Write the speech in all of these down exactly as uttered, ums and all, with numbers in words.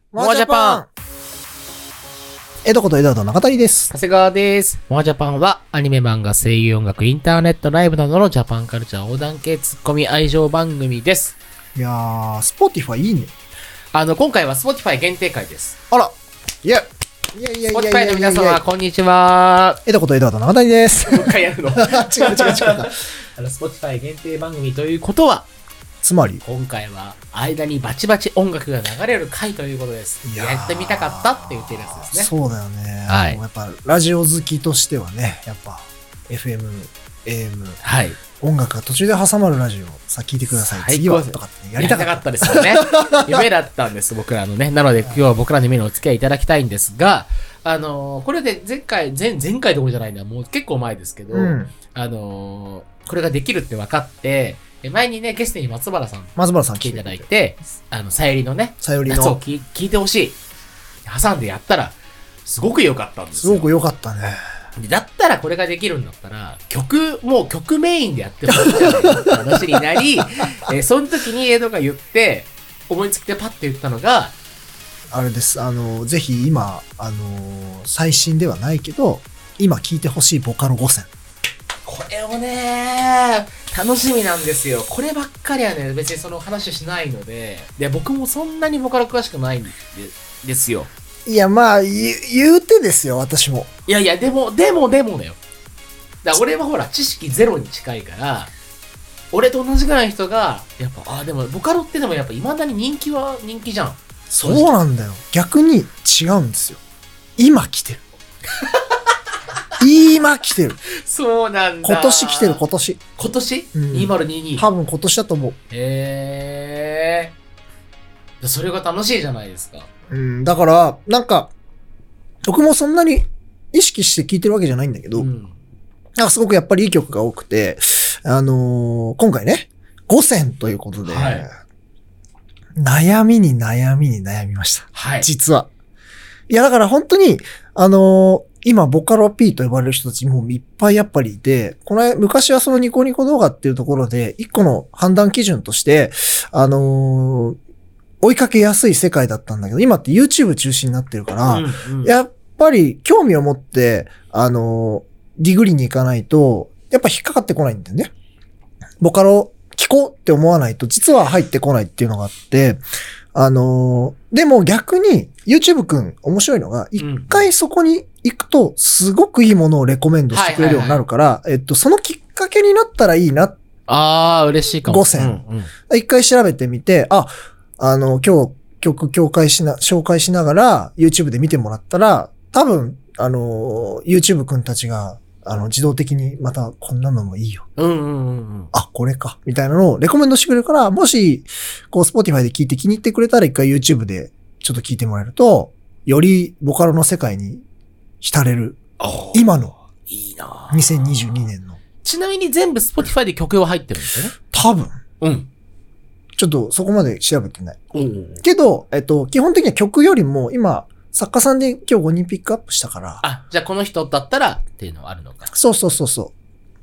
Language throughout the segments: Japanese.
モアジャパン江戸こと江戸と中谷です。 長谷川です。モアジャパンはアニメ漫画、声優音楽、インターネット、ライブなどのジャパンカルチャー横断系ツッコミ愛情番組です。 いやー、スポティファイいいね。 あの、今回は Spotify 限定会です。 あら、いや、いやいやいやいやいや Spotify の皆様、こんにちは。 江戸こと江戸と中谷です。 もう一回やるの違う違う違う。あの、Spotify 限定番組ということは、 つまり今回は間にバチバチ音楽が流れる回ということです。やってみたかったって言ってるやつですね。 そうだよね。 はい。 やっぱラジオ好きとしてはね、やっぱ エフエム、エーエム、 はい。 音楽が途中で挟まるラジオ、さあ聞いてください。次はとかって、ね、やりたかったですよね。夢だったんです、僕らのね。なので今日は僕らの夢にお付き合いいただきたいんですが、あのー、これで前回、前、前回どころじゃないんだ、もう結構前ですけど、うん、あのー、これができるって分かって、前にね、ゲストに松原さん。 松原さん来ていただいて、あの、さゆりのね、 さゆりの。 そう、聞いてほしい。挟んでやったら、すごく良かったんですよ。 すごく良かったね。 だったらこれができるんだったら、曲、もう曲メインでやってもいいんじゃないかって話になり、えー、その時に江戸が言って、思いつきでパッて言ったのが、 あれです。あの、ぜひ今、あの、最新ではないけど、今聴いてほしいボカロごせん。 これをね、楽しみなんですよ。こればっかりはね、別にその話しないので、で、僕もそんなにボカロ詳しくないんでですよ。 いや、まあ、言、言うてですよ、私も。 いやいや、でも、でも、でもだよ。だから俺はほら、知識ゼロに近いから、俺と同じぐらいの人が、やっぱ、あ、でも、ボカロってでもやっぱ未だに人気は人気じゃん。 そうなんだよ。逆に違うんですよ。今来てる。今来てる。 そうなんだ。 今年来てる、今年。 今年、うん、にせんにじゅうに。 多分今年だと思う。 へー。それが楽しいじゃないですか。 うん、だから、なんか、僕もそんなに意識して聴いてるわけじゃないんだけど、うん、なんかすごくやっぱりいい曲が多くて、あのー、今回ね、ごせんということで、はい、悩みに悩みに悩みました。 はい。 実は。いや、だから本当に、あのー、今、ボカロ P と呼ばれる人たちもいっぱいやっぱりいて、この昔はそのニコニコ動画っていうところで、一個の判断基準として、あのー、追いかけやすい世界だったんだけど、今って YouTube 中心になってるから、うんうん、やっぱり興味を持って、あのー、ディグリに行かないと、やっぱ引っかかってこないんだよね。ボカロ聞こうって思わないと、実は入ってこないっていうのがあって、あのー、でも逆に YouTube くん面白いのが、一回そこに行くとすごくいいものをレコメンドしてくれるようになるから、はいはいはい、えっと、そのきっかけになったらいいな。 あー、嬉しいかも。 ごせん。うんうん、一回調べてみて、あ、あの、今日曲紹介しな、紹介しながら YouTube で見てもらったら、多分、あの、YouTube くんたちが、あの、自動的にまたこんなのもいいよ。 うんうんうんうん。 あ、これか。みたいなのをレコメンドしてくれるから、もし、こう、Spotify で聞いて気に入ってくれたら一回 YouTube でちょっと聞いてもらえると、よりボカロの世界に浸れる。今の。 いいなにせんにじゅうにねんの。 ちなみに全部 Spotify で曲は入ってるんですよね。 多分。 うん。 ちょっとそこまで調べてない。けど、えっと、基本的には曲よりも今、作家さんで今日ごにんピックアップしたから。 あ、じゃあこの人だったらっていうのはあるのか。 そうそうそうそう。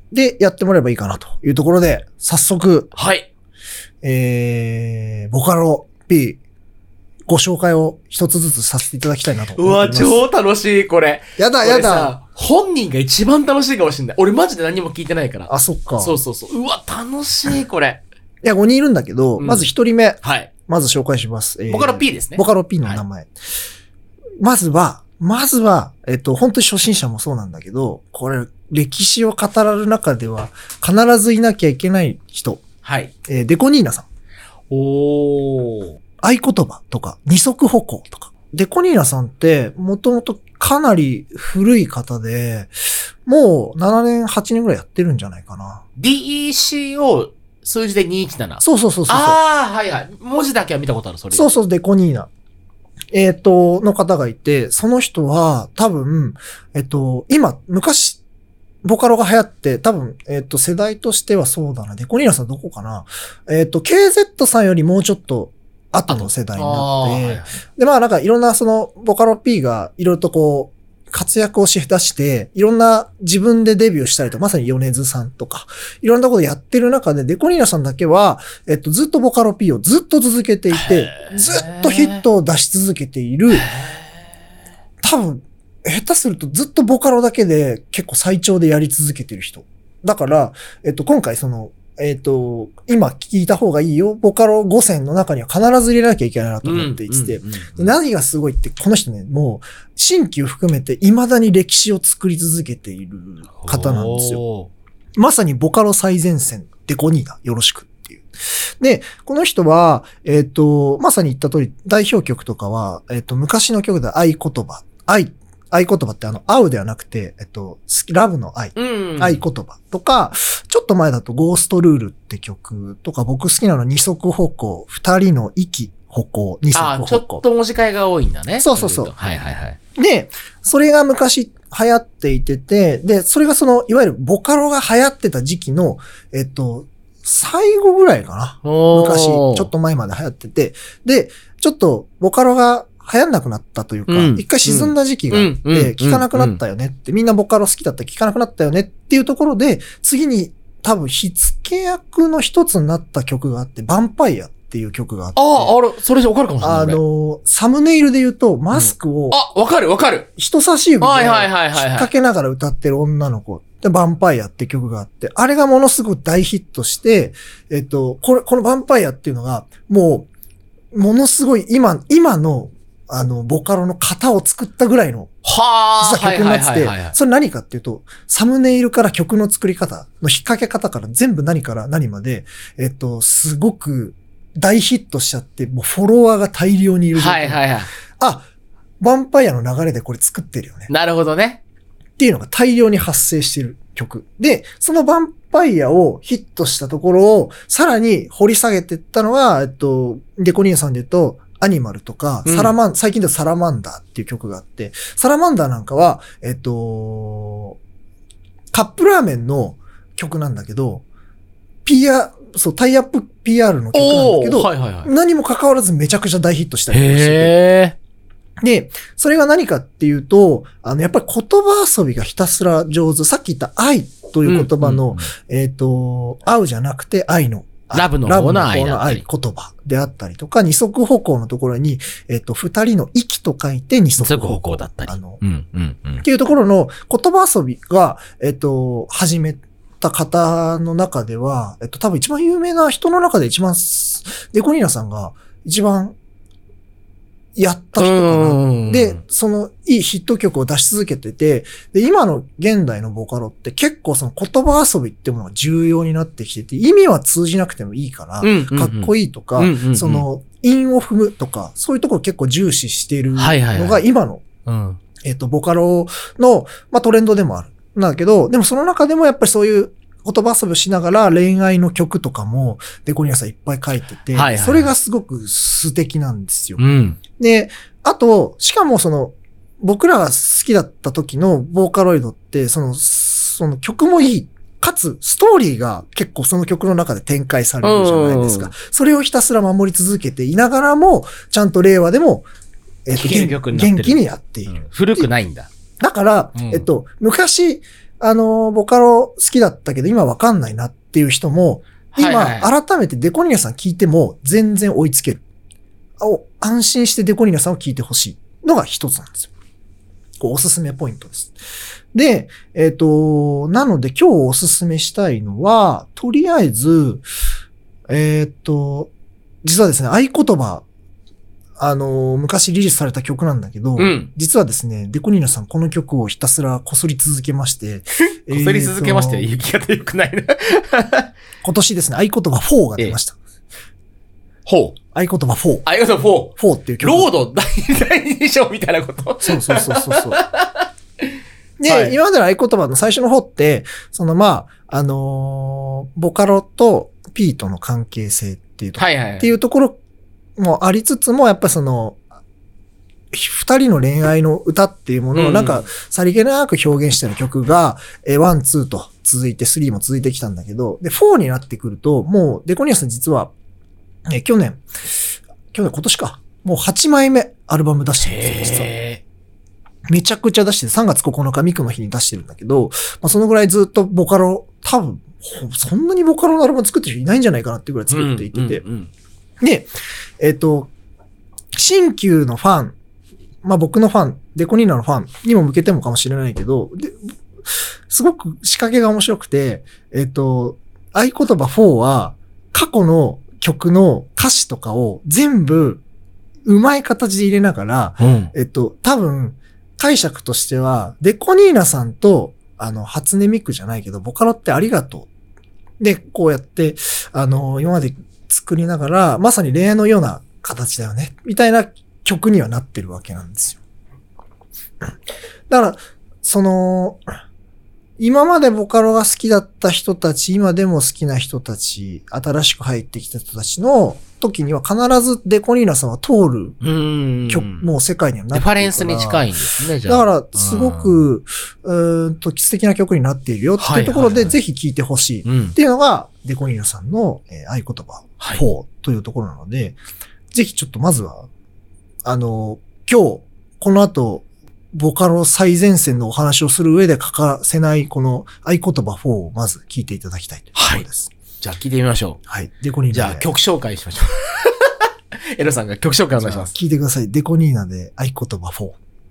で、やってもらえばいいかなというところで、早速。 はい。 えー、ボカロ P、ご紹介を一つずつさせていただきたいなと思います。うわ、超楽しい、これ。 やだ、やだ。 本人が一番楽しいかもしれない。俺マジで何も聞いてないから。 あ、そっか。 そうそうそう。うわ、楽しい、これ。 いや、ごにんいるんだけど、うん、まず一人目。 はい。 まず紹介します。 えー、ボカロ P ですね。 ボカロ P の名前。はい、まずは、まずは、えっと、本当に初心者もそうなんだけど、これ、歴史を語られる中では、必ずいなきゃいけない人。 はい。 えー、デコニーナさん。 おー。 合言葉とか、二足歩行とか。デコニーナさんって、もともとかなり古い方で、もうななねん、はちねんぐらいやってるんじゃないかな。 ディーイーシー を数字でにひゃくじゅうなな。 そうそうそうそう。 ああ、はいはい。文字だけは見たことある、それ。 そうそう、デコニーナ。えっと、の方がいて、その人は多分、えっと、今、昔、ボカロが流行って、多分、えっと、世代としてはそうだな。デコニーナさんどこかな。えっと、ケーゼット さんよりもうちょっと後の世代になって、で、まあなんかいろんなその、ボカロ P がいろいろとこう、 活躍をしだして、いろんな自分でデビューしたりと、まさに米津さんとか、いろんなことやってる中で、デコニーナさんだけは、えっと、ずっとボカロ P をずっと続けていて、ずっとヒットを出し続けている、多分、下手するとずっとボカロだけで結構最長でやり続けてる人。だから、えっと、今回その、えっと、今聞いた方がいいよ。ボカロごせんの中には必ず入れなきゃいけないなと思っていて、何がすごいって、この人ね、もう、新旧含めて未だに歴史を作り続けている方なんですよ。まさにボカロ最前線、デコニーナ、よろしくっていう。で、この人は、えっと、まさに言った通り、代表曲とかは、えっと、昔の曲で愛言葉、愛、愛言葉ってあの、会うではなくて、えっと、ラブの愛、うん、愛言葉とか、ちょっと前だとゴーストルールって曲とか、僕好きなの二足歩行、二人の息歩行、二足歩行。 あ、ちょっと文字替えが多いんだね。 そうそうそう。 はいはいはい。 で、それが昔流行っていてて、で、それがその、いわゆるボカロが流行ってた時期の、えっと、最後ぐらいかな。昔、ちょっと前まで流行ってて、で、ちょっとボカロが流行んなくなったというか、一、うん、回沈んだ時期があって、聴かなくなったよねって、みんなボカロ好きだったら聴かなくなったよねっていうところで、次に多分火付け役の一つになった曲があって、ヴァンパイアっていう曲があって。 ああ、あれ、それじゃわかるかもしれない。 あの、サムネイルで言うと、マスクを、うん、 あ、わかるわかる。 人差し指で引っ掛けながら歌ってる女の子。で、ヴァンパイアって曲があって、あれがものすごく大ヒットして、えっと、これ、このヴァンパイアっていうのが、もう、ものすごい今、今の、あの、ボカロの型を作ったぐらいの、 は実は曲になってて、それ何かっていうと、サムネイルから曲の作り方の引っ掛け方から全部何から何まで、えっと、すごく大ヒットしちゃって、もうフォロワーが大量にいる。 はいはいはい。 あ、ヴァンパイアの流れでこれ作ってるよね。 なるほどね。 っていうのが大量に発生している曲。で、そのヴァンパイアをヒットしたところを、さらに掘り下げていったのは、えっと、デコニーナさんで言うと、アニマルとか、サラマン、うん、最近ではサラマンダーっていう曲があって、サラマンダーなんかは、えっと、カップラーメンの曲なんだけど、ピーアール、そう、タイアップ ピーアール の曲なんだけど、はいはいはい、何も関わらずめちゃくちゃ大ヒットしたりとかしてて。で、それが何かっていうと、あの、やっぱり言葉遊びがひたすら上手。さっき言った愛という言葉の、うんうんうん、えっと、愛うじゃなくて愛の、 ラブの方の愛の愛言葉であったりとか、二足歩行のところに、えっと、二人の息と書いて二足歩行だったり。 あの、 うんうんうん、 っていうところの言葉遊びが、えっと、始めた方の中では、えっと、多分一番有名な人の中で一番、デコニーナさんが一番やった人かな。で、そのいいヒット曲を出し続けてて、で、今の現代のボカロって結構その言葉遊びってものが重要になってきてて、意味は通じなくてもいいから、うんうんうん、かっこいいとか、うんうんうん、その韻を踏むとか、そういうところ結構重視しているのが今の、はいはいはい、えっと、ボカロの、まあ、トレンドでもある。なんだけど、でもその中でもやっぱりそういう言葉遊びをしながら恋愛の曲とかもデコニーナさんいっぱい書いてて、はいはい、それがすごく素敵なんですよ。うん、で、あと、しかもその、僕らが好きだった時のボーカロイドって、その、その曲もいい。かつ、ストーリーが結構その曲の中で展開されるじゃないですか。それをひたすら守り続けていながらも、ちゃんと令和でも、えっと、元気にやっている、うん。 古くないんだ。 だから、うん、えっと、昔、あの、ボカロ好きだったけど今わかんないなっていう人も、今、はいはい、改めてデコニーナさん聞いても全然追いつける。安心してデコニーナさんを聞いてほしいのが一つなんですよ。こうおすすめポイントです。で、えっと、なので今日おすすめしたいのは、とりあえず、えっと、実はですね、合言葉、あの、昔リリースされた曲なんだけど、うん、実はですね、デコニーナさんこの曲をひたすらこすり続けまして、 こすり続けまして、言い方良くないな。 今年ですね、合言葉フォーが出ました。 ほう。 合言葉フォー。 合言葉フォー。 フォーっていう曲。 ロード第二章みたいなことそうそうそうそうそう。で、はい、今までの合言葉の最初の方って、そのまあ、あのー、ボカロとピートの関係性っていうところ、はいはいはい、っていうところもありつつも、やっぱりその、二人の恋愛の歌っていうものをなんかさりげなく表現してる曲が、え、ワン、ツーと続いて、スリーも続いてきたんだけど、で、フォーになってくると、もうデコニーナさん実は、え、去年、去年今年か、もうはちまいめアルバム出してるんですよ、実は。 めちゃくちゃ出してて、さんがつここのかミクの日に出してるんだけど、まあ、そのぐらいずっとボカロ、多分、そんなにボカロのアルバム作ってる人いないんじゃないかなっていうぐらい作っていてて。 うんうんうん、 で、えっと、新旧のファン、まあ僕のファン、デコニーナのファンにも向けてもかもしれないけど、ですごく仕掛けが面白くて、えっと、合言葉フォーは過去の曲の歌詞とかを全部うまい形で入れながら、うん、えっと、多分解釈としては、デコニーナさんと、あの、初音ミクじゃないけど、ボカロってありがとう。で、こうやって、あの、今まで作りながら、まさに恋愛のような形だよね。みたいな曲にはなってるわけなんですよ。だから、その、今までボカロが好きだった人たち、今でも好きな人たち、新しく入ってきた人たちの時には必ずデコニーナさんは通る曲、もう世界にはなってるから。 レファレンスに近いんですね、じゃあ。だから、すごく、うーんと、素敵な曲になっているよっていうところで、ぜひ聴いてほしいっていうのが、デコニーナさんの、えー、合言葉フォーというところなので、ぜひちょっとまずは、あの、今日、この後、ボカロ最前線のお話をする上で欠かせないこの合言葉フォーをまず聞いていただきたいというところです。 はい、じゃあ聞いてみましょう。 はい。デコニーナで。 じゃあ曲紹介しましょう。エロさんが曲紹介お願いします。 聞いてください。デコニーナで合言葉フォー。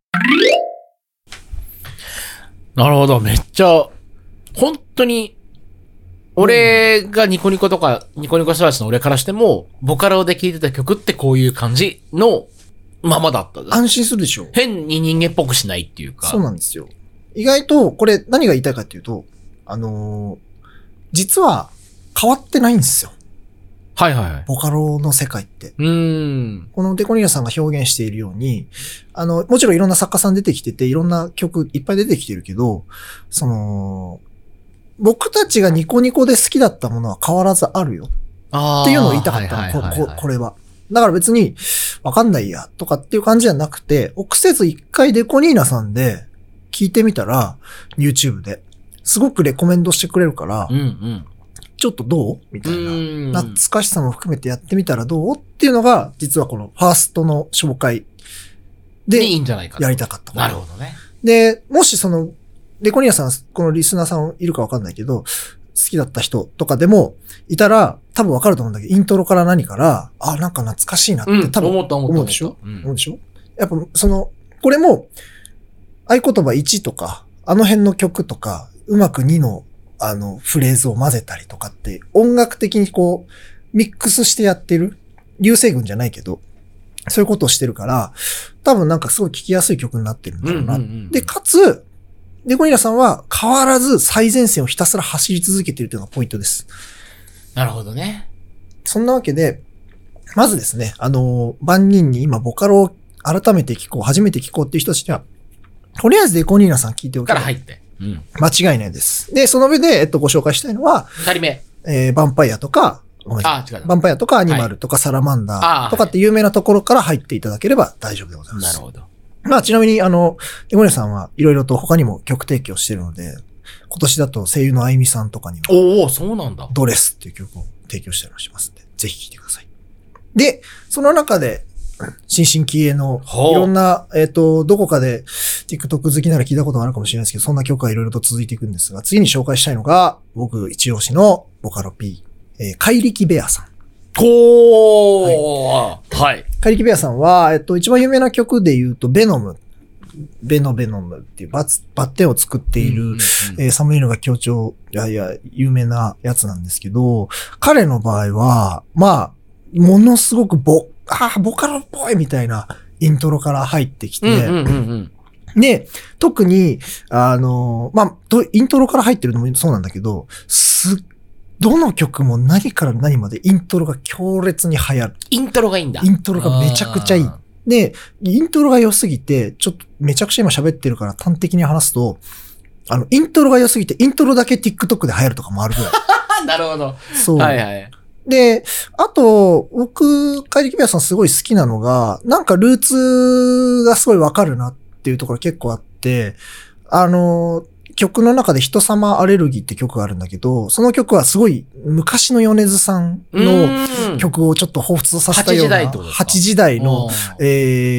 なるほど。めっちゃ、本当に、俺がニコニコとか、ニコニコ育ちの俺からしても、ボカロで聴いてた曲ってこういう感じのままだった。 安心するでしょ。 変に人間っぽくしないっていうか。 そうなんですよ。意外と、これ何が言いたいかっていうと、あのー、実は変わってないんですよ。 はいはいはい。 ボカロの世界って。 うーん。 このデコニーナさんが表現しているように、あの、もちろんいろんな作家さん出てきてて、いろんな曲いっぱい出てきてるけど、その、僕たちがニコニコで好きだったものは変わらずあるよ。っていうのを言いたかったの、これは。だから別に、わかんないや、とかっていう感じじゃなくて、臆せず一回デコニーナさんで聞いてみたら、YouTube で、すごくレコメンドしてくれるから、 うんうん、 ちょっとどうみたいな。懐かしさも含めてやってみたらどうっていうのが、実はこのファーストの紹介で、 いいんじゃないかやりたかった。 なるほどね。 で、もしその、デコニーナさん、このリスナーさんいるかわかんないけど、好きだった人とかでもいたら多分わかると思うんだけど、イントロから何から、あ、なんか懐かしいなって多分思うでしょ、うん、思うでしょやっぱその、これも合言葉いちとか、あの辺の曲とか、うまくにのあのフレーズを混ぜたりとかって音楽的にこうミックスしてやってる流星群じゃないけど、そういうことをしてるから、多分なんかすごい聴きやすい曲になってるんだろうな。うんうんうん、で、かつ、デコニーナさんは変わらず最前線をひたすら走り続けているというのがポイントです。 なるほどね。 そんなわけで、まずですね、あの、万人に今ボカロを改めて聴こう、初めて聴こうっていう人たちには、とりあえずデコニーナさん聴いておけば。 から入って。うん。 間違いないです。で、その上で、えっと、ご紹介したいのは、 二人目。 えー、ヴァンパイアとか、 あ、違う。 ヴァンパイアとかアニマルとかサラマンダーとかって有名なところから入っていただければ大丈夫でございます。 なるほど。 まあ、ちなみに、あの、デコニーナさんはいろいろと他にも曲提供してるので、今年だと声優のあいみさんとかには、 おお、そうなんだ。 ドレスっていう曲を提供したりもしますんで、ぜひ聴いてください。で、その中で、新進気鋭の、いろんな、えっと、どこかで TikTok 好きなら聞いたことがあるかもしれないですけど、そんな曲がいろいろと続いていくんですが、次に紹介したいのが、僕一押しのボカロ P、えー、怪力ベアさん。 ほー、はい。 怪力ベアさんは、えっと、一番有名な曲で言うと、ベノム。ベノベノムっていうバツ、バッテンを作っている、うんうんうん、えー、サムエルが強調、いやいや、有名なやつなんですけど、彼の場合は、まあ、ものすごくボ、ああ、ボカロっぽいみたいなイントロから入ってきて、 うんうんうんうん、 で、特に、あの、まあ、イントロから入ってるのもそうなんだけど、す、どの曲も何から何までイントロが強烈に流行る。 イントロがいいんだ。 イントロがめちゃくちゃいい。で、イントロが良すぎて、ちょっとめちゃくちゃ今喋ってるから端的に話すと、あの、イントロが良すぎて、イントロだけ TikTok で流行るとかもあるぐらい。 なるほど。 そう。 はいはい。 で、あと、僕、怪力ベアさんすごい好きなのが、なんかルーツがすごいわかるなっていうところ結構あって、あの、曲の中で人様アレルギーって曲があるんだけど、その曲はすごい昔の米津さんの曲をちょっと彷彿とさせたような、はちじだいの、えー、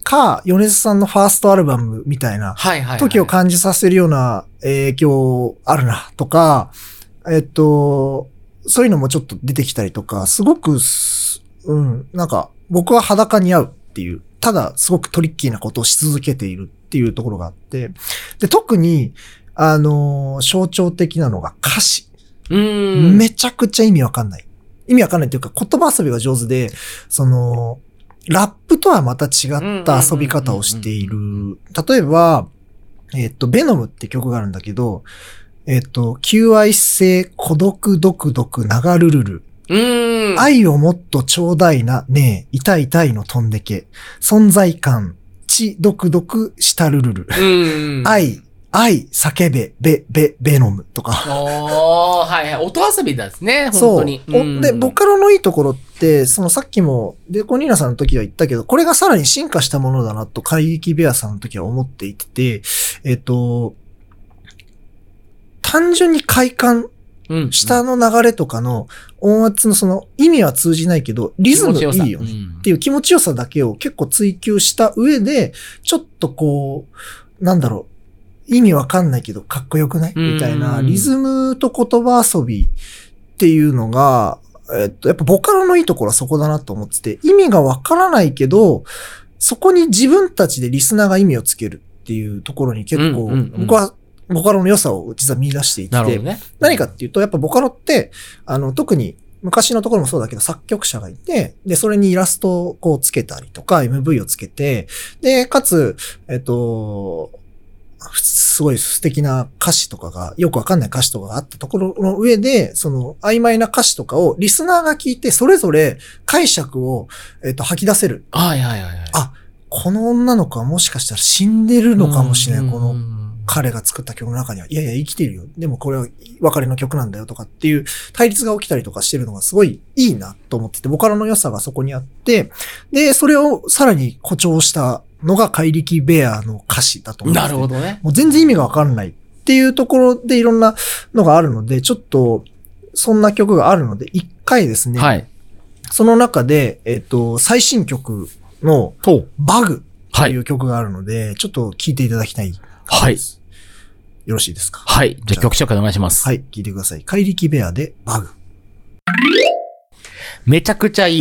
か、米津さんのファーストアルバムみたいな、 はいはいはい。 時を感じさせるような影響あるな、とか、えっと、そういうのもちょっと出てきたりとか、すごく、うん、なんか、僕は裸に合うっていう、ただすごくトリッキーなことをし続けているっていうところがあって、で、特に、あのー、象徴的なのが歌詞。 うーん。 めちゃくちゃ意味わかんない。意味わかんないっていうか、言葉遊びが上手で、その、ラップとはまた違った遊び方をしている。例えば、えっと、ベノムって曲があるんだけど、えっと、求愛性、孤独、独独、流るるる。 うーん。 愛をもっとちょうだいな、ねえ、痛い痛いの飛んでけ。存在感、ち、独独、したるるる。 うーん。 愛、愛、叫べ、べ、べ、ベノムとか。 おー、はいはい。音遊びなんですね、 そう本当に。 おで、ボカロのいいところって、そのさっきも、デコニーナさんの時は言ったけど、これがさらに進化したものだなと、怪力ベアさんの時は思っていて、えっと、単純に快感、 うん、 下の流れとかの音圧のその意味は通じないけど、リズムいいよねっていう気持ちよさだけを結構追求した上で、ちょっとこう、なんだろう、意味わかんないけどかっこよくないみたいなリズムと言葉遊びっていうのが、えっと、やっぱボカロのいいところはそこだなと思ってて、意味がわからないけど、そこに自分たちでリスナーが意味をつけるっていうところに結構、僕はボカロの良さを実は見出していて、ね、何かっていうと、やっぱボカロって、あの、特に昔のところもそうだけど、作曲者がいて、で、それにイラストをこうつけたりとか、エムブイ をつけて、で、かつ、えっと、すごい素敵な歌詞とかが、よくわかんない歌詞とかがあったところの上で、その曖昧な歌詞とかをリスナーが聞いて、それぞれ解釈を、えっと、吐き出せる。 はいはいはい。 あ、この女の子はもしかしたら死んでるのかもしれない、この彼が作った曲の中には。いやいや、生きてるよ。でもこれは別れの曲なんだよとかっていう対立が起きたりとかしてるのがすごいいいなと思ってて、ボカロの良さがそこにあって、で、それをさらに誇張したのが怪力ベアの歌詞だと思うんです。 なるほどね。 もう全然意味がわかんないっていうところでいろんなのがあるので、ちょっと、そんな曲があるので、一回ですね。はい。その中で、えっと、最新曲のバグという曲があるので、はい、ちょっと聴いていただきたい。はい。よろしいですか？はい。 じゃあ曲紹介お願いします。 はい。聴いてください。怪力ベアでバグ。 めちゃくちゃいい。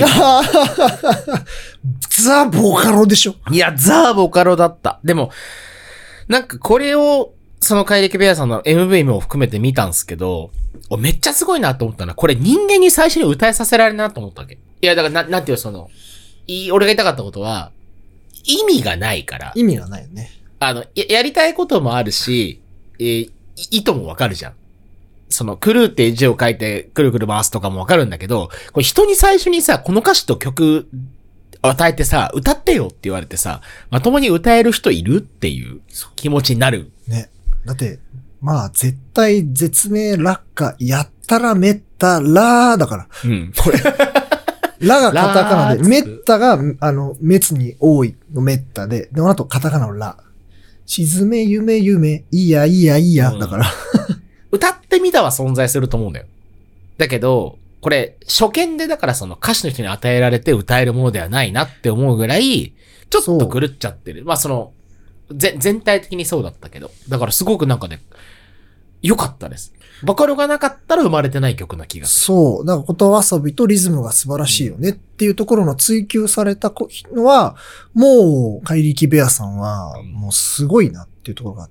ザ・ボカロでしょ？ いや、ザ・ボカロだった。でも、なんかこれを、その怪力ベアさんの エムブイ も含めて見たんですけど、めっちゃすごいなと思ったのは、これ人間に最初に歌いさせられるなと思ったわけ。いや、だからな、なんていうその、い俺が言いたかったことは、意味がないから。 意味がないよね。 あの、や、やりたいこともあるし、えー、意図もわかるじゃん。その、クルーって字を書いて、くるくる回すとかもわかるんだけど、これ人に最初にさ、この歌詞と曲与えてさ、歌ってよって言われてさ、まともに歌える人いるっていう気持ちになる。 ね。だって、まあ、絶対、絶命落下、やったらめったらだから。うん。これ。らがカタカナで、めったが、あの、滅に多いのめったで、で、この後カタカナのら。沈め、夢、夢、いや、いや、いや、だから。 歌ってみたは存在すると思うんだよ。だけど、これ、初見でだからその歌手の人に与えられて歌えるものではないなって思うぐらい、ちょっと狂っちゃってる。まあその、ぜ、全体的にそうだったけど。だからすごくなんかね、良かったです。ボカロがなかったら生まれてない曲な気がする。 そう。だから言葉遊びとリズムが素晴らしいよねっていうところの追求されたのは、もう、怪力ベアさんは、もうすごいなっていうところがあって。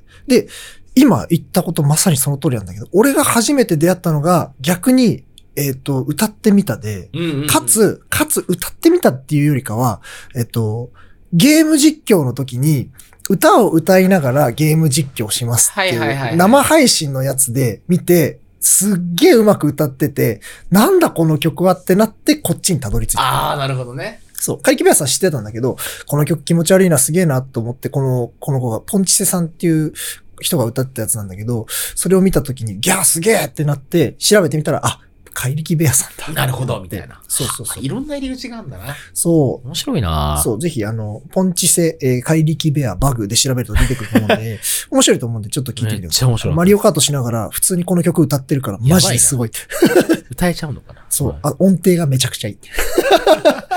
で、今言ったことまさにその通りなんだけど、俺が初めて出会ったのが逆に、えっと、歌ってみたで、 うんうんうん、 かつ、かつ歌ってみたっていうよりかは、えっと、ゲーム実況の時に、歌を歌いながらゲーム実況しますっていう、生配信のやつで見て、すっげえうまく歌ってて、なんだこの曲はってなってこっちにたどり着いた。 ああ、なるほどね。 そう。怪力ベアさん知ってたんだけど、この曲気持ち悪いな、すげえなと思って、この、この子が、ポンチセさんっていう人が歌ったやつなんだけど、それを見た時に、ギャーすげえってなって、調べてみたら、あ、怪力ベアさんだ。 なるほど、みたいな。 そうそうそう。 いろんな入り口があるんだな。 そう。 面白いな。 そう、ぜひ、あの、ポンチセ、えー、怪力ベアバグで調べると出てくると思うんで、面白いと思うんで、ちょっと聞いてみてください。めっちゃ面白い。マリオカートしながら、普通にこの曲歌ってるから、マジですごい。 歌えちゃうのかな。 そう、あ、音程がめちゃくちゃいい。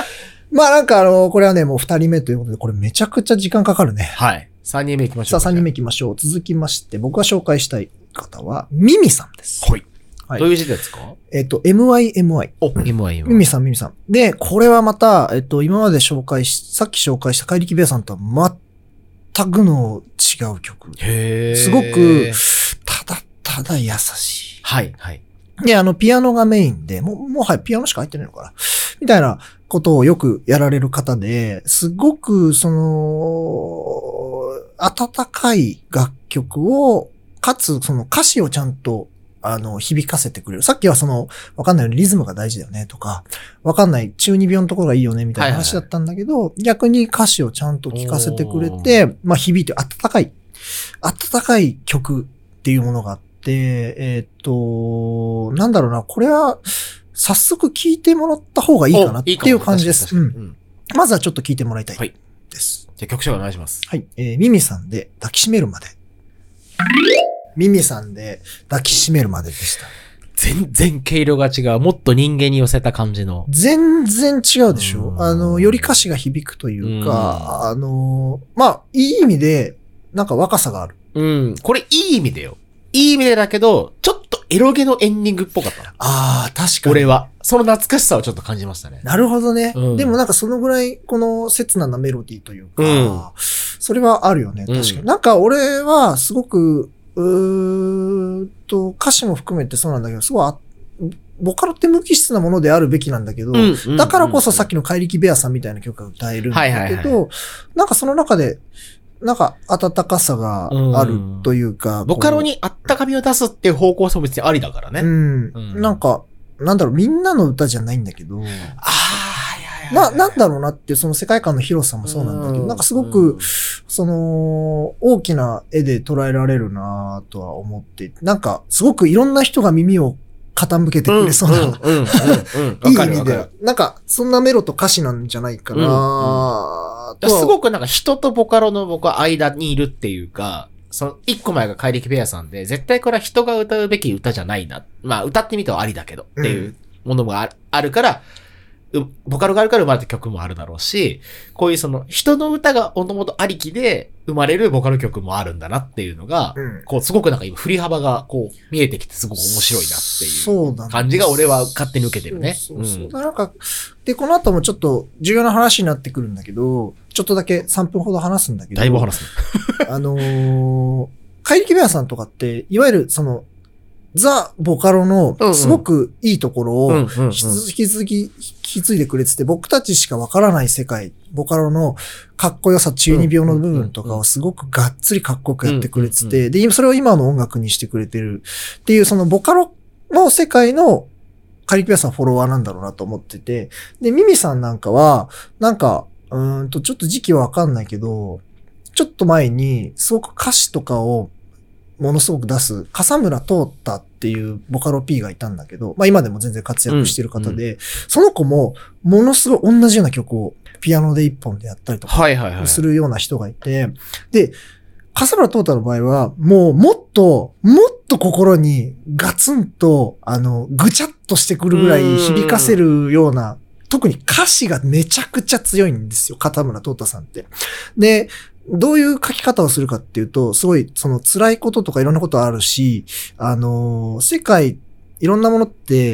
まあなんかあの、これはね、もう二人目ということで、これめちゃくちゃ時間かかるね。 はい。三人目行きましょう。 さあ三人目行きましょう。続きまして、僕が紹介したい方は、ミミさんです。 はい。はい、どういう字ですか？ えっと、エムアイエムアイ。 お、エムアイエムアイ。 ミミさん、ミミさん。で、これはまた、えっと、今まで紹介し、さっき紹介した怪力ベアさんとは全くの違う曲。 へー。 すごく、ただただ優しい。 はい、はい。 で、あの、ピアノがメインで、もう、もはやピアノしか入ってないのかなみたいなことをよくやられる方で、すごく、その、温かい楽曲を、かつ、その歌詞をちゃんと、あの、響かせてくれる。さっきはその、わかんないようにリズムが大事だよねとか、わかんない中二病のところがいいよねみたいな話だったんだけど、はいはいはい、逆に歌詞をちゃんと聞かせてくれて、まあ響いて、温かい、温かい曲っていうものがあって、えっと、なんだろうな、これは、早速聞いてもらった方がいいかなっていう感じです。うん。まずはちょっと聞いてもらいたいです。 はい、じゃあ曲紹介お願いします。 はい。えー、ミミさんで抱きしめるまで。ミミさんで抱きしめるまででした。 全然毛色が違う。もっと人間に寄せた感じの。 全然違うでしょ。あの、より歌詞が響くというか、あの、まあ、いい意味で、なんか若さがある。 うん。これいい意味でよ。いい意味でだけど、ちょっとエロゲのエンディングっぽかった。 ああ、確かに。 俺は。その懐かしさをちょっと感じましたね。 なるほどね。 うん、でもなんかそのぐらい、この切ななメロディーというか、うん、それはあるよね。確かに。うん、なんか俺はすごく、うーと、歌詞も含めてそうなんだけど、すごい、ボカロって無機質なものであるべきなんだけど、うんうんうんうん、だからこそさっきの怪力ベアさんみたいな曲が歌えるんだけど、はいはいはい、なんかその中で、なんか温かさがあるというか、 うん、ボカロにあったかみを出すっていう方向性も別にありだからね。 うん。うん、なんか、なんだろう、みんなの歌じゃないんだけど、ああ、な、なんだろうなっていうその世界観の広さもそうなんだけど、うん、なんかすごく、うん、その、大きな絵で捉えられるなとは思って、なんかすごくいろんな人が耳を傾けてくれそうな、いい意味で、なんかそんなメロと歌詞なんじゃないかな、 うんうん、すごくなんか人とボカロの僕は間にいるっていうか、その一個前が怪力ベアさんで、絶対これは人が歌うべき歌じゃないな。まあ歌ってみてはありだけどっていうものもある、うん、あるから、ボカロがあるから生まれた曲もあるだろうし、こういうその人の歌がもともとありきで生まれるボカロ曲もあるんだなっていうのが、うん、こうすごくなんか今振り幅がこう見えてきてすごく面白いなっていう感じが俺は勝手に受けてるね。 そうそうそう、うん、なんか、で、この後もちょっと重要な話になってくるんだけど、ちょっとだけさんぷんほど話すんだけど。 だいぶ話すね。あのー、怪力ベアさんとかって、いわゆるその、ザ・ボカロのすごくいいところを引き続き引き継いでくれてて、僕たちしかわからない世界、ボカロのかっこよさ、中二病の部分とかをすごくがっつりかっこよくやってくれてて、で、それを今の音楽にしてくれてるっていう、そのボカロの世界の怪力ベアさんフォロワーなんだろうなと思ってて、で、ミミさんなんかは、なんか、うーんと、ちょっと時期はわかんないけど、ちょっと前にすごく歌詞とかをものすごく出す、笠村通ったっていうボカロ P がいたんだけど、まあ今でも全然活躍してる方で、うんうん、その子もものすごい同じような曲をピアノで一本でやったりとかするような人がいて、はいはいはい、で、笠村通ったの場合は、もうもっと、もっと心にガツンと、あの、ぐちゃっとしてくるぐらい響かせるような、特に歌詞がめちゃくちゃ強いんですよ、笠村通ったさんって。で、どういう書き方をするかっていうと、すごい、その辛いこととかいろんなことあるし、あのー、世界、いろんなものって、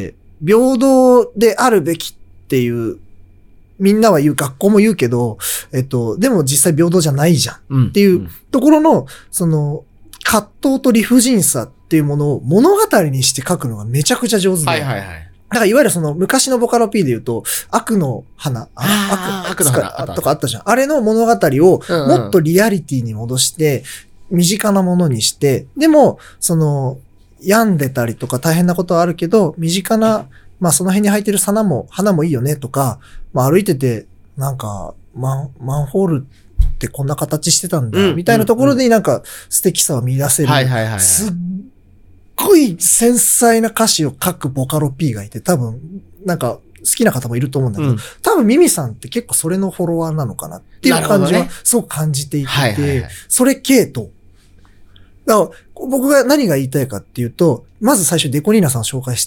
平等であるべきっていう、みんなは言う、学校も言うけど、えっと、でも実際平等じゃないじゃん。っていうところの、その、葛藤と理不尽さっていうものを物語にして書くのがめちゃくちゃ上手で。 はいはいはい。 だからいわゆるその昔のボカロ P で言うと、悪の花、 あ悪、悪の花とかあったじゃん。あれの物語をもっとリアリティに戻して、身近なものにして、でも、その、病んでたりとか大変なことはあるけど、身近な、まあその辺に生えてる花も、花もいいよねとか、まあ歩いてて、なんか、マン、マンホールってこんな形してたんだ、みたいなところでなんか素敵さを見出せる。 はいはいはいはい。 すっごい繊細な歌詞を書くボカロ P がいて、多分、なんか、好きな方もいると思うんだけど、うん、多分ミミさんって結構それのフォロワーなのかなっていう感じはすごく感じていて、はいはいはい、それ系統。だから僕が何が言いたいかっていうと、まず最初デコニーナさんを紹介して、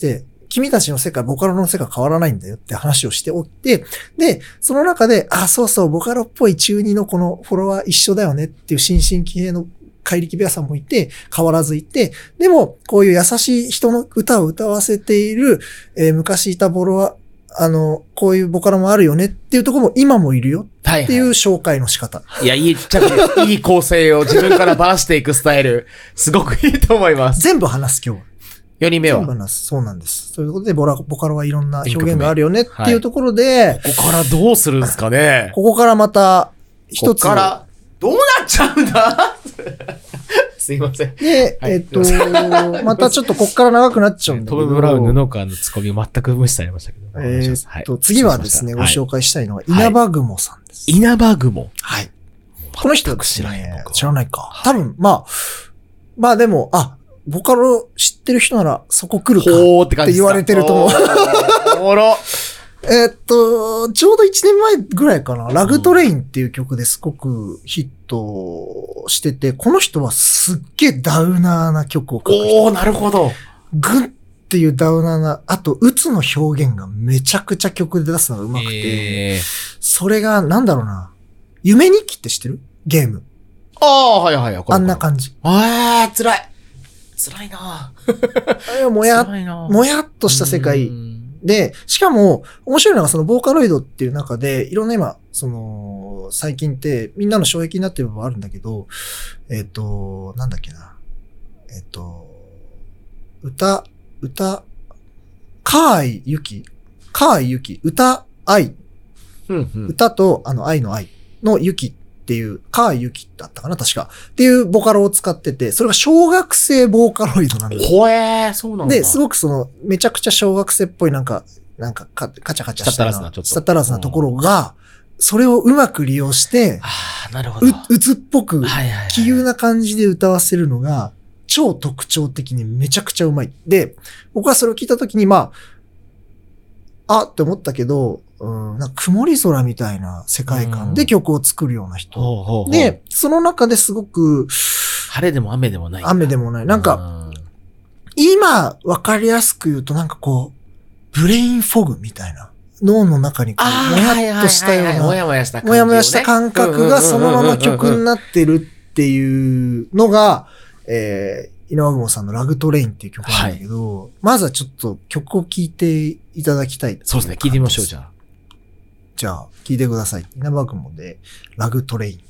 君たちの世界、ボカロの世界変わらないんだよって話をしておいて、で、その中で、あ、そうそう、ボカロっぽい中二のこのフォロワー一緒だよねっていう新進気鋭の怪力ベアさんもいて、変わらずいて、でも、こういう優しい人の歌を歌わせている、えー、昔いたボロは、あの、こういうボカロもあるよねっていうところも今もいるよっていう紹介の仕方。 はいはい、いや、いい、ちゃくいい構成を自分からばらしていくスタイル、すごくいいと思います。 全部話す今日は。 よにんめは。 全部話す。そうなんです。ということで、ボラ、ボカロはいろんな表現があるよねっていうところで、はい、 ここからどうするんですかね。 ここからまた、一つ。 ここから、どうなっちゃうんだすいません。 で、はい、えっと、またちょっとこっから長くなっちゃうんだけど。 トム・ブラウン布川のツッコミ全く無視されましたけど。 えー、っと、はい、次はですね、ご紹介したいのは、稲葉雲さんです。 稲葉雲はい。この人知らない、知らないか。多分、まあ、まあでも、あ、ボカロ知ってる人ならそこ来るかって言われてると思う。 おもろ。 えっと、ちょうどいちねんまえぐらいかな、ラグトレインっていう曲ですごくヒットしてて、この人はすっげえダウナーな曲を書く人。 おー、なるほど。 グッっていうダウナーな、あと、うつの表現がめちゃくちゃ曲で出すのが上手くて、えー、それが、なんだろうな、夢日記って知ってる？ゲーム。 ああ、はいはいはい。 あんな感じ。 ああ、辛い。辛いなぁ。もや、もやっとした世界。で、しかも、面白いのがそのボーカロイドっていう中で、いろんな今、その、最近ってみんなの衝撃になってる部分あるんだけど、えっと、なんだっけな。えっと、歌、歌、かーいゆき、かーいゆき、歌、愛、 うんうん、 歌とあの愛の愛のゆきっていう、かーいゆきだったかな確か。っていうボカロを使ってて、それが小学生ボーカロイドなんです。 ほえー、そうなんだ。 で、すごくその、めちゃくちゃ小学生っぽいなんか、なんかカチャカチャしたような、したったらずなところが、それをうまく利用して、 ああ、なるほど。 う、うつっぽく、気優な感じで歌わせるのが、超特徴的にめちゃくちゃうまい。で、僕はそれを聞いたときに、まあ、あって思ったけど、うん、なんか曇り空みたいな世界観で曲を作るような人。 ほうほうほうで、その中ですごく、 晴れでも雨でもない。 雨でもない。なんか、今わかりやすく言うとなんかこう、ブレインフォグみたいな。脳の中にこう、もやっとしたような、 もやもやした感覚、 もやもやした感覚がそのまま曲になってるっていうのが、えー、井上雲さんのラグトレインっていう曲なんだけど、はい、まずはちょっと曲を聴いていただきたい。 そうですね、聴いてみましょう、じゃあ。 じゃあ、聴いてください。稲葉雲で、ラグトレイン。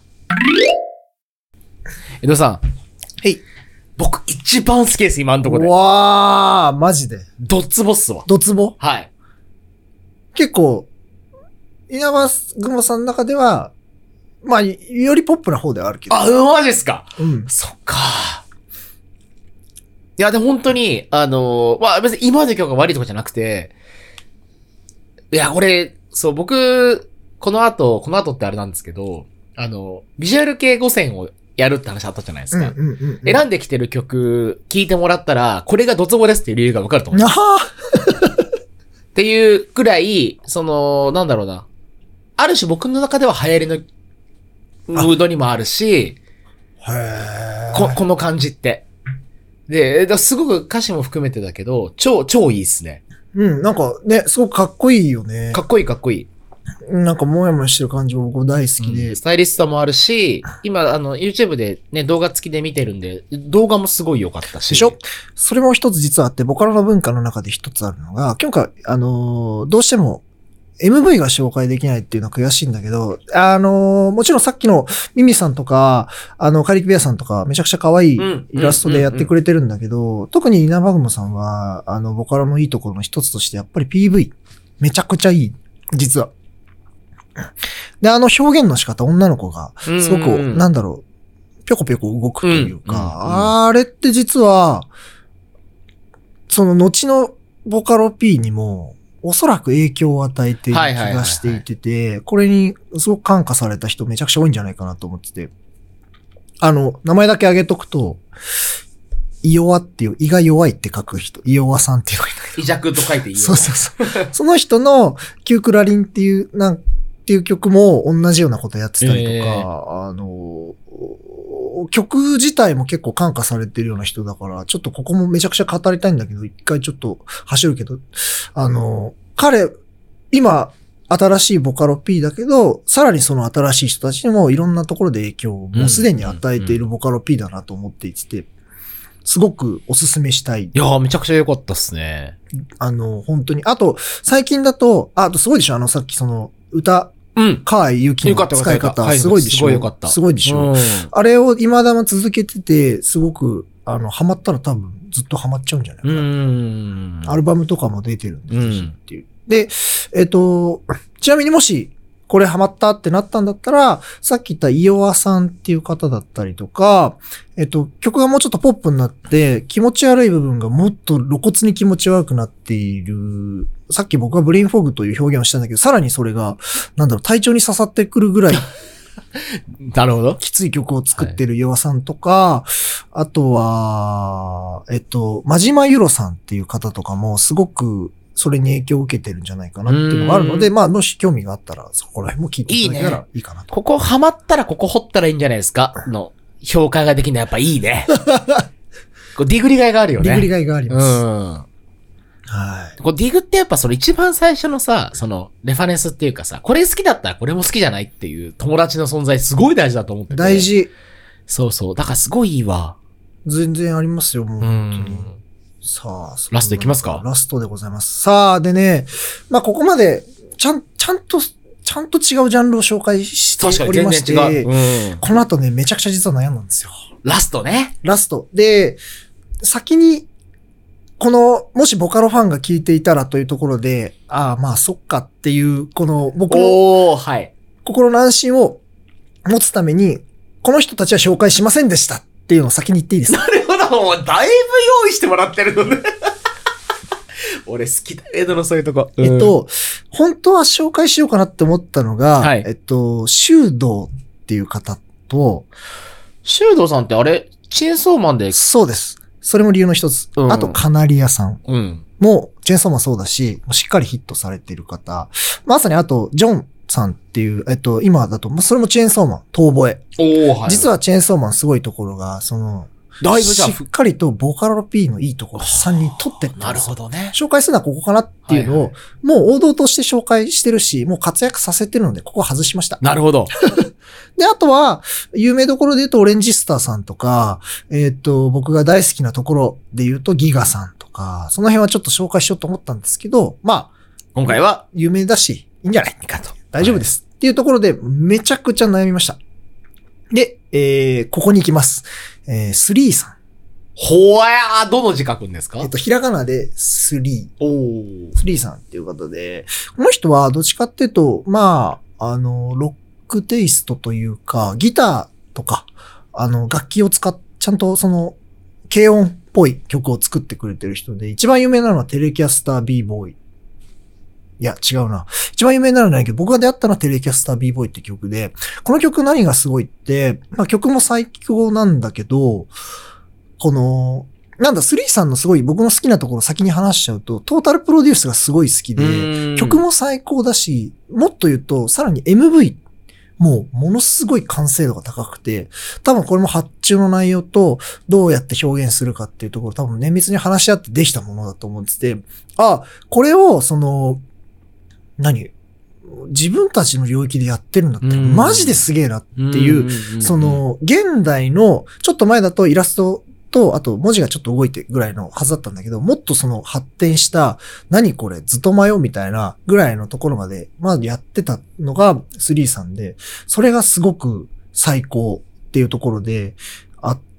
江戸さん。 はい。 僕一番好きです、今のところで。 わー、マジで。 ドツボっすわ。 ドツボ？ はい。 結構、稲葉雲さんの中では、まあ、よりポップな方ではあるけど。 あ、うまいですか。 うん。 そっか。いや、でも本当に、あのー、まあ別に今までの曲が悪いとかじゃなくて、いや、俺、そう、僕、この後、この後ってあれなんですけど、あの、ビジュアル系ごせんをやるって話あったじゃないですか。 うんうんうんうん、 選んできてる曲、聴いてもらったら、これがドツボですっていう理由がわかると思う。っていうくらい、その、なんだろうな。ある種僕の中では流行りのムードにもあるし、 へこ、この感じって。で、すごく歌詞も含めてだけど、超、超いいっすね。 うん、なんかね、すごくかっこいいよね。 かっこいいかっこいい。 なんかもやもやしてる感じも僕大好きで、 うん。スタイリストもあるし、今、あの、YouTube でね、動画付きで見てるんで、動画もすごい良かったし。 でしょ？それも一つ実はあって、ボカロの文化の中で一つあるのが、今回、あのー、どうしても、エムブイ が紹介できないっていうのは悔しいんだけど、あのー、もちろんさっきのミミさんとか、あの、カリキベアさんとか、めちゃくちゃ可愛いイラストでやってくれてるんだけど、特に稲葉雲さんは、あの、ボカロのいいところの一つとして、やっぱり ピーブイ、めちゃくちゃいい。実は。で、あの表現の仕方、女の子が、すごく、うんうん、なんだろう、ぴょこぴょこ動くというか、うんうんうん、あれって実は、その後のボカロ P にも、おそらく影響を与えている気がしていてて、これにすごく感化された人めちゃくちゃ多いんじゃないかなと思ってて。あの、名前だけ挙げとくと、イヨワっていう、胃が弱いって書く人、イヨワさんっていうのがいるんだけど。 胃弱と書いてイヨワ。 そうそうそう。その人の、キュークラリンっていう、なんっていう曲も同じようなことやってたりとか、えー、あの、 曲自体も結構感化されてるような人だから、ちょっとここもめちゃくちゃ語りたいんだけど、一回ちょっと走るけど、あの、彼、今、新しいボカロ P だけど、さらにその新しい人たちにもいろんなところで影響をもうすでに与えているボカロ P だなと思っていて、すごくおすすめしたい。いやー、めちゃくちゃ良かったっすね。 あの、本当に。あと、最近だと、あ、あとすごいでしょあの、さっきその、歌、うん。河合ゆきの使い方、すごいでしょ、すごい良かった。すごいでしょ、うん、あれを未だも続けてて、すごく、あの、ハマったら多分ずっとハマっちゃうんじゃないかな。うん。アルバムとかも出てるんですし、っていう。で、えっと、ちなみにもし、これハマったってなったんだったら、さっき言ったイオワさんっていう方だったりとか、えっと、曲がもうちょっとポップになって、気持ち悪い部分がもっと露骨に気持ち悪くなっている。さっき僕はブレインフォグという表現をしたんだけど、さらにそれが、なんだろう、体調に刺さってくるぐらい、 なるほど。 きつい曲を作ってるイオワさんとか、あとは、えっと、真島ゆろさんっていう方とかもすごく、それに影響を受けてるんじゃないかなっていうのがあるので、まあ、もし興味があったら、そこら辺も聞いていただけたらいいかなと。いいね、 ここハマったらここ掘ったらいいんじゃないですかの、評価ができるのはやっぱいいね。こうディグリがいがあるよね。 ディグリがいがあります。うん。 はい。こうディグってやっぱその一番最初のさ、その、レファレンスっていうかさ、これ好きだったらこれも好きじゃないっていう友達の存在すごい大事だと思ってて。 大事。 そうそう。だからすごいいいわ。 全然ありますよ、もう。本当に。さあ、 ラストいきますか？ ラストでございます。さあ、でね、まあ、ここまで、ちゃん、ちゃんと、ちゃんと違うジャンルを紹介しておりまして、 確かに全然違う。うん、 この後ね、めちゃくちゃ実は悩んだんですよ。 ラストね。 ラスト。で、先に、この、もしボカロファンが聞いていたらというところで、ああ、まあ、そっかっていう、この、僕の、はい、心の安心を持つために、この人たちは紹介しませんでしたっていうのを先に言っていいですか？ なるほど。もうだいぶ用意してもらってるのね。俺好きだけどのそういうとこ。 うん、えっと、本当は紹介しようかなって思ったのが、はい、えっと、修道っていう方と、 修道さんってあれ、チェーンソーマンで。 そうです。それも理由の一つ。うん、あと、カナリアさん。うん。もう、チェーンソーマンそうだし、しっかりヒットされている方。まさにあと、ジョンさんっていう、えっと、今だと、それもチェーンソーマン、遠吠え。おはい、実はチェーンソーマンすごいところが、その、だいぶじゃあしっかりとボカロ P のいいところさんにん取ってったんですよ。 なるほどね。 紹介するのはここかなっていうのを、はいはい、もう王道として紹介してるし、もう活躍させてるので、ここは外しました。 なるほど。 で、あとは、有名どころで言うとオレンジスターさんとか、えっと、僕が大好きなところで言うとギガさんとか、その辺はちょっと紹介しようと思ったんですけど、まあ、 今回は有名だし、いいんじゃないかと。大丈夫です。はい、っていうところで、めちゃくちゃ悩みました。で、えー、ここに行きます。えー、スリーさん。 ほわー、どの字書くんですか？ えっと、ひらがなでスリー。おー。スリーさんっていう方で、この人はどっちかっていうと、まあ、あの、ロックテイストというか、ギターとか、あの、楽器を使っ、ちゃんとその、軽音っぽい曲を作ってくれてる人で、一番有名なのはテレキャスター B ボーイ。いや、違うな。一番有名なのはないけど、僕が出会ったのはテレキャスター B ボーイって曲で、この曲何がすごいって、まあ曲も最強なんだけど、この、なんだ、スリーさんのすごい僕の好きなところ先に話しちゃうと、トータルプロデュースがすごい好きで、曲も最高だし、もっと言うと、さらに エムブイ、もうものすごい完成度が高くて、多分これも発注の内容とどうやって表現するかっていうところ多分綿密に話し合ってできたものだと思ってて、あ、これをその、何自分たちの領域でやってるんだって、マジですげえなっていう、その、現代の、ちょっと前だとイラストと、あと文字がちょっと動いてぐらいのはずだったんだけど、もっとその発展した、何これ、ずっと迷うみたいなぐらいのところまで、まあやってたのがスリーさんで、それがすごく最高っていうところであって、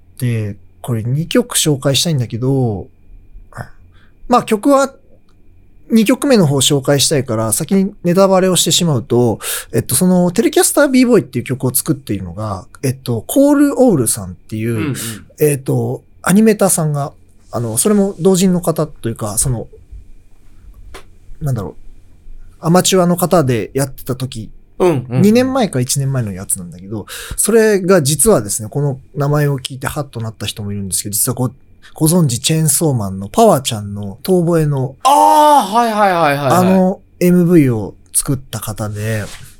これにきょく紹介したいんだけど、まあ曲は、にきょくめの方を紹介したいから、先にネタバレをしてしまうと、えっと、その、テレキャスター B ボーイっていう曲を作っているのが、えっと、コールオールさんっていう、うんうん、えっと、アニメーターさんが、あの、それも同人の方というか、その、なんだろう、アマチュアの方でやってた時、うんうん、にねんまえかいちねんまえのやつなんだけど、それが実はですね、この名前を聞いてハッとなった人もいるんですけど、実はこう、ご存知チェーンソーマンのパワーちゃんの遠吠えの、 ああ、はいはいはいはい、はい。 あの エムブイ を作った方で、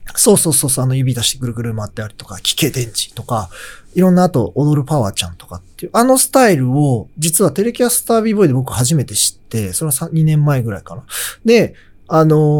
そうそうそうそう、あの指出してぐるぐる回ってありとか、奇形電池とか、いろんなあと、踊るパワーちゃんとかっていう、あのスタイルを、実はテレキャスター b ボーイで僕初めて知って、それはにねんまえぐらいかな。で、あ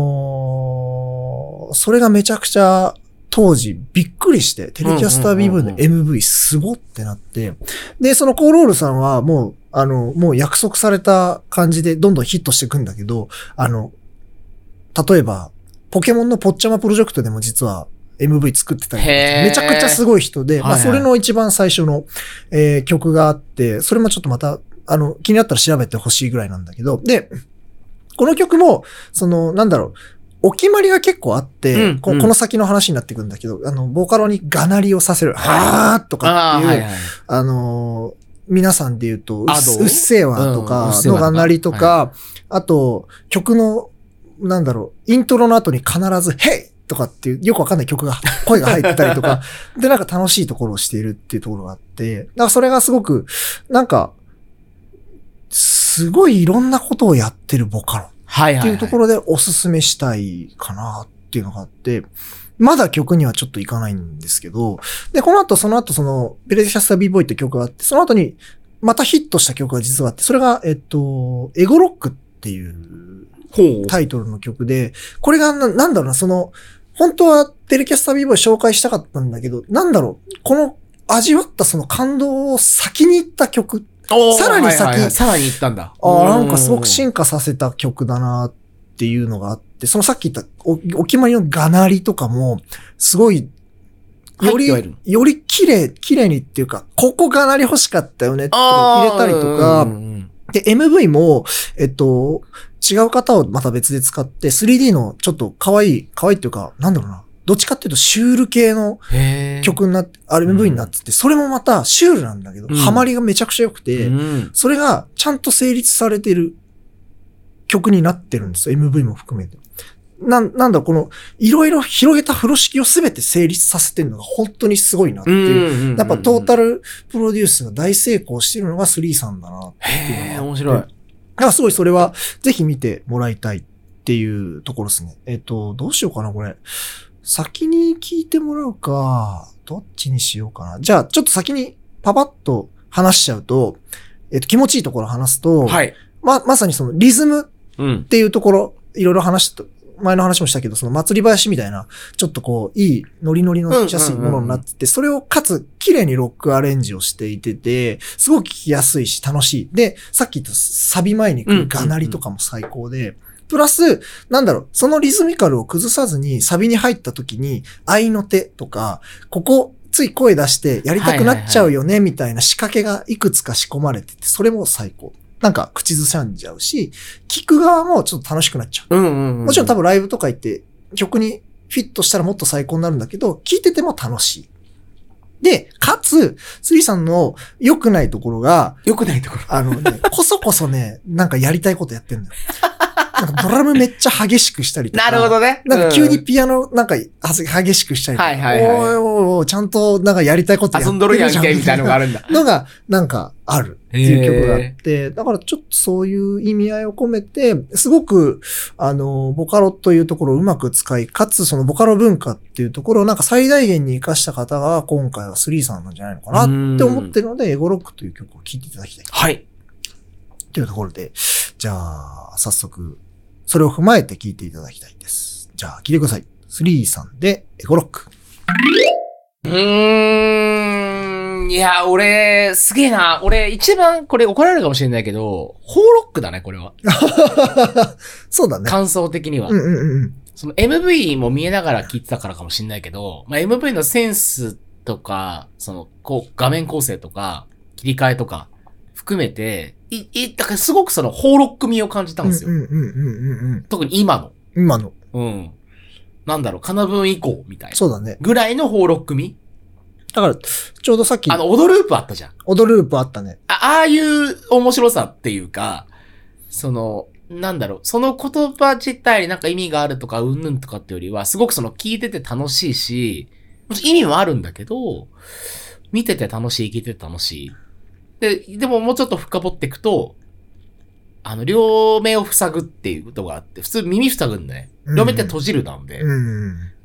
のー、それがめちゃくちゃ、当時びっくりして、テレキャスター b ボーイの エムブイ すごってなって、で、そのコーロールさんはもう、あの、もう約束された感じでどんどんヒットしていくんだけど、あの、例えば、ポケモンのポッチャマプロジェクトでも実は エムブイ 作ってたりとか、めちゃくちゃすごい人で、まあそれの一番最初の、えー、曲があって、それもちょっとまた、あの、気になったら調べてほしいぐらいなんだけど、で、この曲も、その、なんだろう、お決まりが結構あって、うんうん、こ, この先の話になってくるんだけど、あの、ボーカロにがなりをさせる、はーとかっていう、あ、はいはい、あのー、皆さんで言うと、うっせぇわとかのがなりとか、はい、あと、曲の、なんだろう、イントロの後に必ず、ヘイとかっていう、よくわかんない曲が、声が入ったりとか、で、なんか楽しいところをしているっていうところがあって、だからそれがすごく、なんか、すごいいろんなことをやってるボカロ。っていうところでおすすめしたいかなっていうのがあって、まだ曲にはちょっといかないんですけど、で、この後、その後、その、テレキャスター b ボーイって曲があって、その後に、またヒットした曲が実はあって、それが、えっと、エゴロックっていうタイトルの曲で、これがな、なんだろうな、その、本当はテレキャスター b ボーイ紹介したかったんだけど、なんだろう、この味わったその感動を先に行った曲、さらに先、はいはいはい、 さらに行ったんだ。 ああ、なんかすごく進化させた曲だなっていうのがあって、そのさっき言ったお、お決まりのがなりとかも、すごい、より、より綺麗、綺麗にっていうか、ここがなり欲しかったよねって入れたりとか、で、エムブイ も、えっと、違う方をまた別で使って、スリーディー のちょっと可愛い、可愛いっていうか、なんだろうな。どっちかっていうとシュール系の曲になって、エムブイ になってて、それもまたシュールなんだけど、うん、ハマりがめちゃくちゃ良くて、うん、それがちゃんと成立されてる曲になってるんですよ。エムブイ も含めて。な、なんだ、この、いろいろ広げた風呂敷をすべて成立させてるのが本当にすごいなっていう。やっぱトータルプロデュースが大成功してるのがスリーさんだなっていうのが。 へー、面白い。だからすごいそれはぜひ見てもらいたいっていうところですね。えっと、どうしようかな、これ。先に聞いてもらうか、どっちにしようかな。じゃあ、ちょっと先にパパッと話しちゃうと、えっと、気持ちいいところ話すと、はい。ま、まさにそのリズムっていうところ、うん、いろいろ話した、前の話もしたけど、その祭り林みたいな、ちょっとこう、いいノリノリのしやすいものになってて、それをかつ、綺麗にロックアレンジをしていてて、すごく聴きやすいし楽しい。で、さっき言ったサビ前に来るがなりとかも最高で、うんうんうん、プラス、なんだろう、そのリズミカルを崩さずに、サビに入った時に、愛の手とか、ここ、つい声出してやりたくなっちゃうよね、みたいな仕掛けがいくつか仕込まれてて、それも最高。なんか、口ずさんじゃうし、聞く側もちょっと楽しくなっちゃう。うんうんうん、もちろん多分ライブとか行って、曲にフィットしたらもっと最高になるんだけど、聞いてても楽しい。で、かつ、スリーさんの良くないところが、 良くないところあのね、こそこそね、なんかやりたいことやってんだよ。なんかドラムめっちゃ激しくしたりとか。 なるほどね。 なんか急にピアノなんか激しくしたりとか。はいはいはい。おいおいおい、ちゃんとなんかやりたいことやってるじゃん。 遊んどるやんけみたいなのがあるんだ。 のが、なんかあるっていう曲があって、だからちょっとそういう意味合いを込めて、すごく、あの、ボカロというところをうまく使い、かつそのボカロ文化っていうところをなんか最大限に活かした方が今回はスリーさんなんじゃないのかなって思ってるので、エゴロックという曲を聴いていただきたい。 はい。 というところで、じゃあ、早速、それを踏まえて聴いていただきたいです。じゃあ、聴いてください。スリーさんでエゴロック。 うーん。いや、俺、すげえな。俺、一番、これ怒られるかもしれないけど、ホーロックだね、これは。 そうだね。 感想的には。 うんうんうん。 その エムブイ も見えながら聴いてたからかもしれないけど、まあ、エムブイ のセンスとか、その、こう、画面構成とか、切り替えとか、含めて、い、い、だからすごくその、ホーロック味を感じたんですよ。 うんうんうんうんうん。 特に今の。 今の。 うん。なんだろう、カナブン以降みたいな。 そうだね。 ぐらいのホーロック味。 だから、ちょうどさっき。 あの、オドループあったじゃん。 オドループあったね。 あ、ああいう面白さっていうか、その、なんだろう、その言葉自体になんか意味があるとか、うんぬんとかってよりは、すごくその聞いてて楽しいし、意味はあるんだけど、見てて楽しい、聞いてて楽しい。で、でももうちょっと深掘っていくと、あの、両目を塞ぐっていうことがあって、普通耳塞ぐんだね。両目って閉じるなんで。 うん、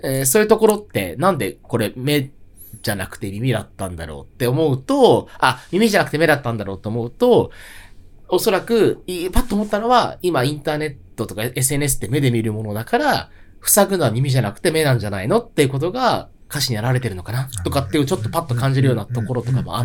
えー、そういうところって、なんでこれ目じゃなくて耳だったんだろうって思うと、あ、耳じゃなくて目だったんだろうと思うと、おそらく、パッと思ったのは、今インターネットとか エスエヌエス って目で見るものだから、塞ぐのは耳じゃなくて目なんじゃないのっていうことが歌詞にやられてるのかなとかっていうちょっとパッと感じるようなところとかもあって、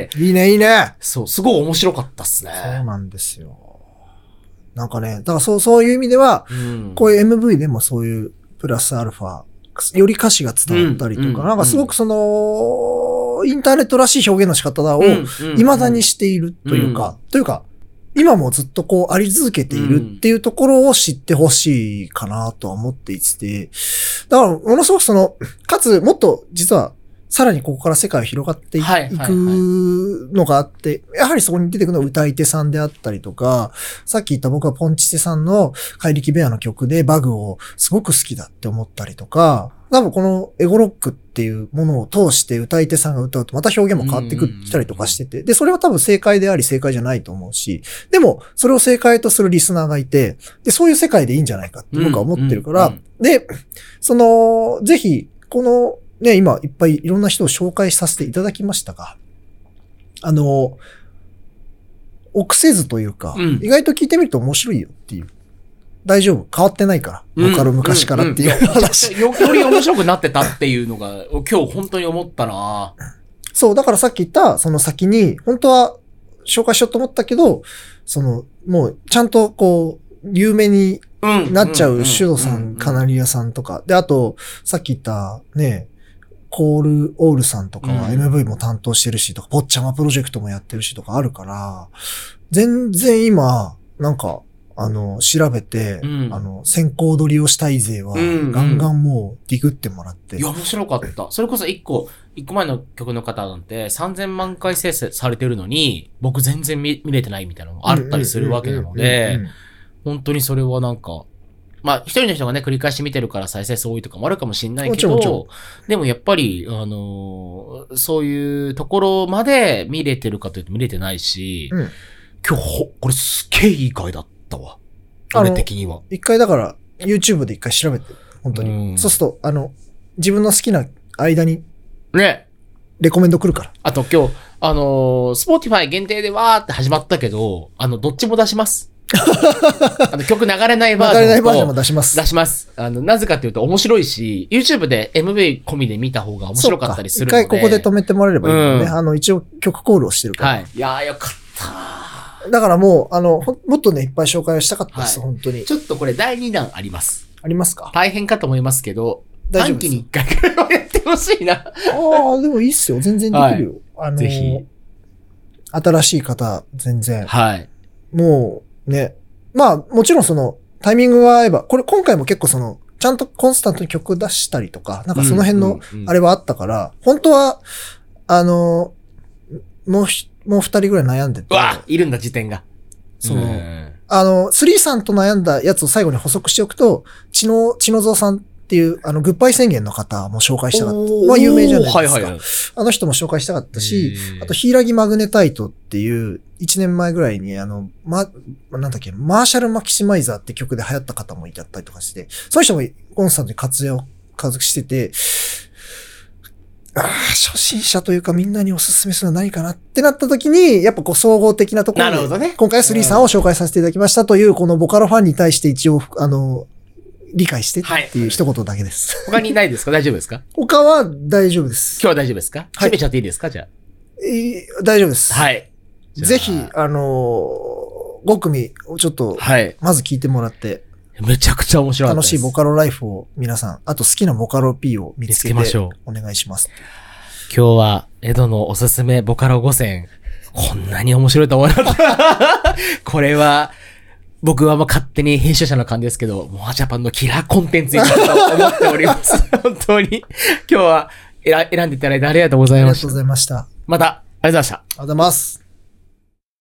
いいねいいね。 そう、すごい面白かったっすね。 そうなんですよ。なんかね、だからそう、そういう意味では、うん、こういう エムブイ でもそういうプラスアルファ、より歌詞が伝わったりとか、うんうん、なんかすごくその、インターネットらしい表現の仕方を未だにしているというか、うん、というか、今もずっとこうあり続けているっていうところを知ってほしいかなとは思っていて、だからものすごくその、かつもっと実はさらにここから世界が広がっていくのがあって、やはりそこに出てくるのは歌い手さんであったりとか、さっき言った僕はポンチテさんの怪力ベアの曲でバグをすごく好きだって思ったりとか、多分このエゴロックっていうものを通して歌い手さんが歌うとまた表現も変わってきたりとかしてて、で、それは多分正解であり正解じゃないと思うし、でもそれを正解とするリスナーがいて、で、そういう世界でいいんじゃないかって僕は思ってるから、で、その、ぜひ、この、ね、今いっぱいいろんな人を紹介させていただきましたが、あの、臆せずというか、うん、意外と聞いてみると面白いよっていう。大丈夫。変わってないから。ボカロ昔からっていう話、 うんうんうん。より面白くなってたっていうのが、今日本当に思ったな。 そう、だからさっき言った、その先に、本当は紹介しようと思ったけど、その、もう、ちゃんとこう、有名になっちゃう、シュドさん、カナリアさんとか。で、あと、さっき言った、ね、コールオールさんとかは エムブイ も担当してるしとか、うん、ポッチャマプロジェクトもやってるしとかあるから、全然今、なんか、あの、調べて、うん、あの、先行取りをしたい勢は、ガンガンもうディグってもらって。 うんうん、いや、面白かった。それこそ一個、一個前の曲の方なんてさんぜんまんかい再生されてるのに、僕全然 見, 見れてないみたいなのがあったりするわけなので、本当にそれはなんか、まあ、一人の人がね、繰り返し見てるから再生数多いとかもあるかもしれないけど、でもやっぱり、あのー、そういうところまで見れてるかというと見れてないし、うん、今日、これすっげえいい回だったわ。俺的には。 一回だから、YouTube で一回調べて、本当に。うん、そうすると、あの、自分の好きな間に、 ね。 レコメンド来るから。 あと今日、あのー、Spotify 限定でわーって始まったけど、あの、どっちも出します。あの曲流れないバージョン。流れないバージョンも出します。 出します。あの、なぜかというと面白いし、YouTube で エムブイ 込みで見た方が面白かったりするので。 一回ここで止めてもらえればいいのね、うん。あの、一応曲コールをしてるから。 はい。いやーよかったー。だからもう、あの、もっとね、いっぱい紹介をしたかったです、はい、本当に。 ちょっとこれだいにだんあります。 ありますか？ 大変かと思いますけど、短期にいっかいくらいはやってほしいな。ああ、でもいいっすよ。全然できるよ。はい、あのー、ぜひ。新しい方、全然。 はい。 もう、ね。まあ、もちろんその、タイミングが合えば、これ今回も結構その、ちゃんとコンスタントに曲出したりとか、なんかその辺の、あれはあったから、本当は、あの、もうひ、もう二人ぐらい悩んでて。 うわいるんだ、時点が。 その、あの、スリーさんと悩んだやつを最後に補足しておくと、ちの、ちのぞうさんっていう、あの、グッバイ宣言の方も紹介したかった。まあ、有名じゃないですか。はいはいはい。あの人も紹介したかったし、あと、ヒイラギマグネタイトっていう、一年前ぐらいに、あの、ま、なんだっけ、マーシャルマキシマイザーって曲で流行った方もいたったりとかして、そういう人もコンスタントに活躍、活躍してて、ああ、初心者というかみんなにおすすめするのは何かなってなった時に、やっぱこう総合的なところで、なるほどね。今回はスリーさんを紹介させていただきましたという、このボカロファンに対して一応、あの、理解してっていう一言だけです。 はい、他にないですか？大丈夫ですか？ 他は大丈夫です。 今日は大丈夫ですか？はい。閉めちゃっていいですか？じゃあ。 えー、大丈夫です。 はい。 ぜひ、あのー、ごくみをちょっと、はい。まず聞いてもらって。 めちゃくちゃ面白い。 楽しいボカロライフを皆さん、あと好きなボカロ P を見つけてましょう。お願いします。 今日は、江戸のおすすめボカロごせん。こんなに面白いと思わなかった。これは、僕はもう勝手に編集者の勘ですけど、モアジャパンのキラーコンテンツになると思っております。本当に。今日は選んでいただいてありがとうございました。 ありがとうございました。 また、ありがとうございました。ありがとうございます。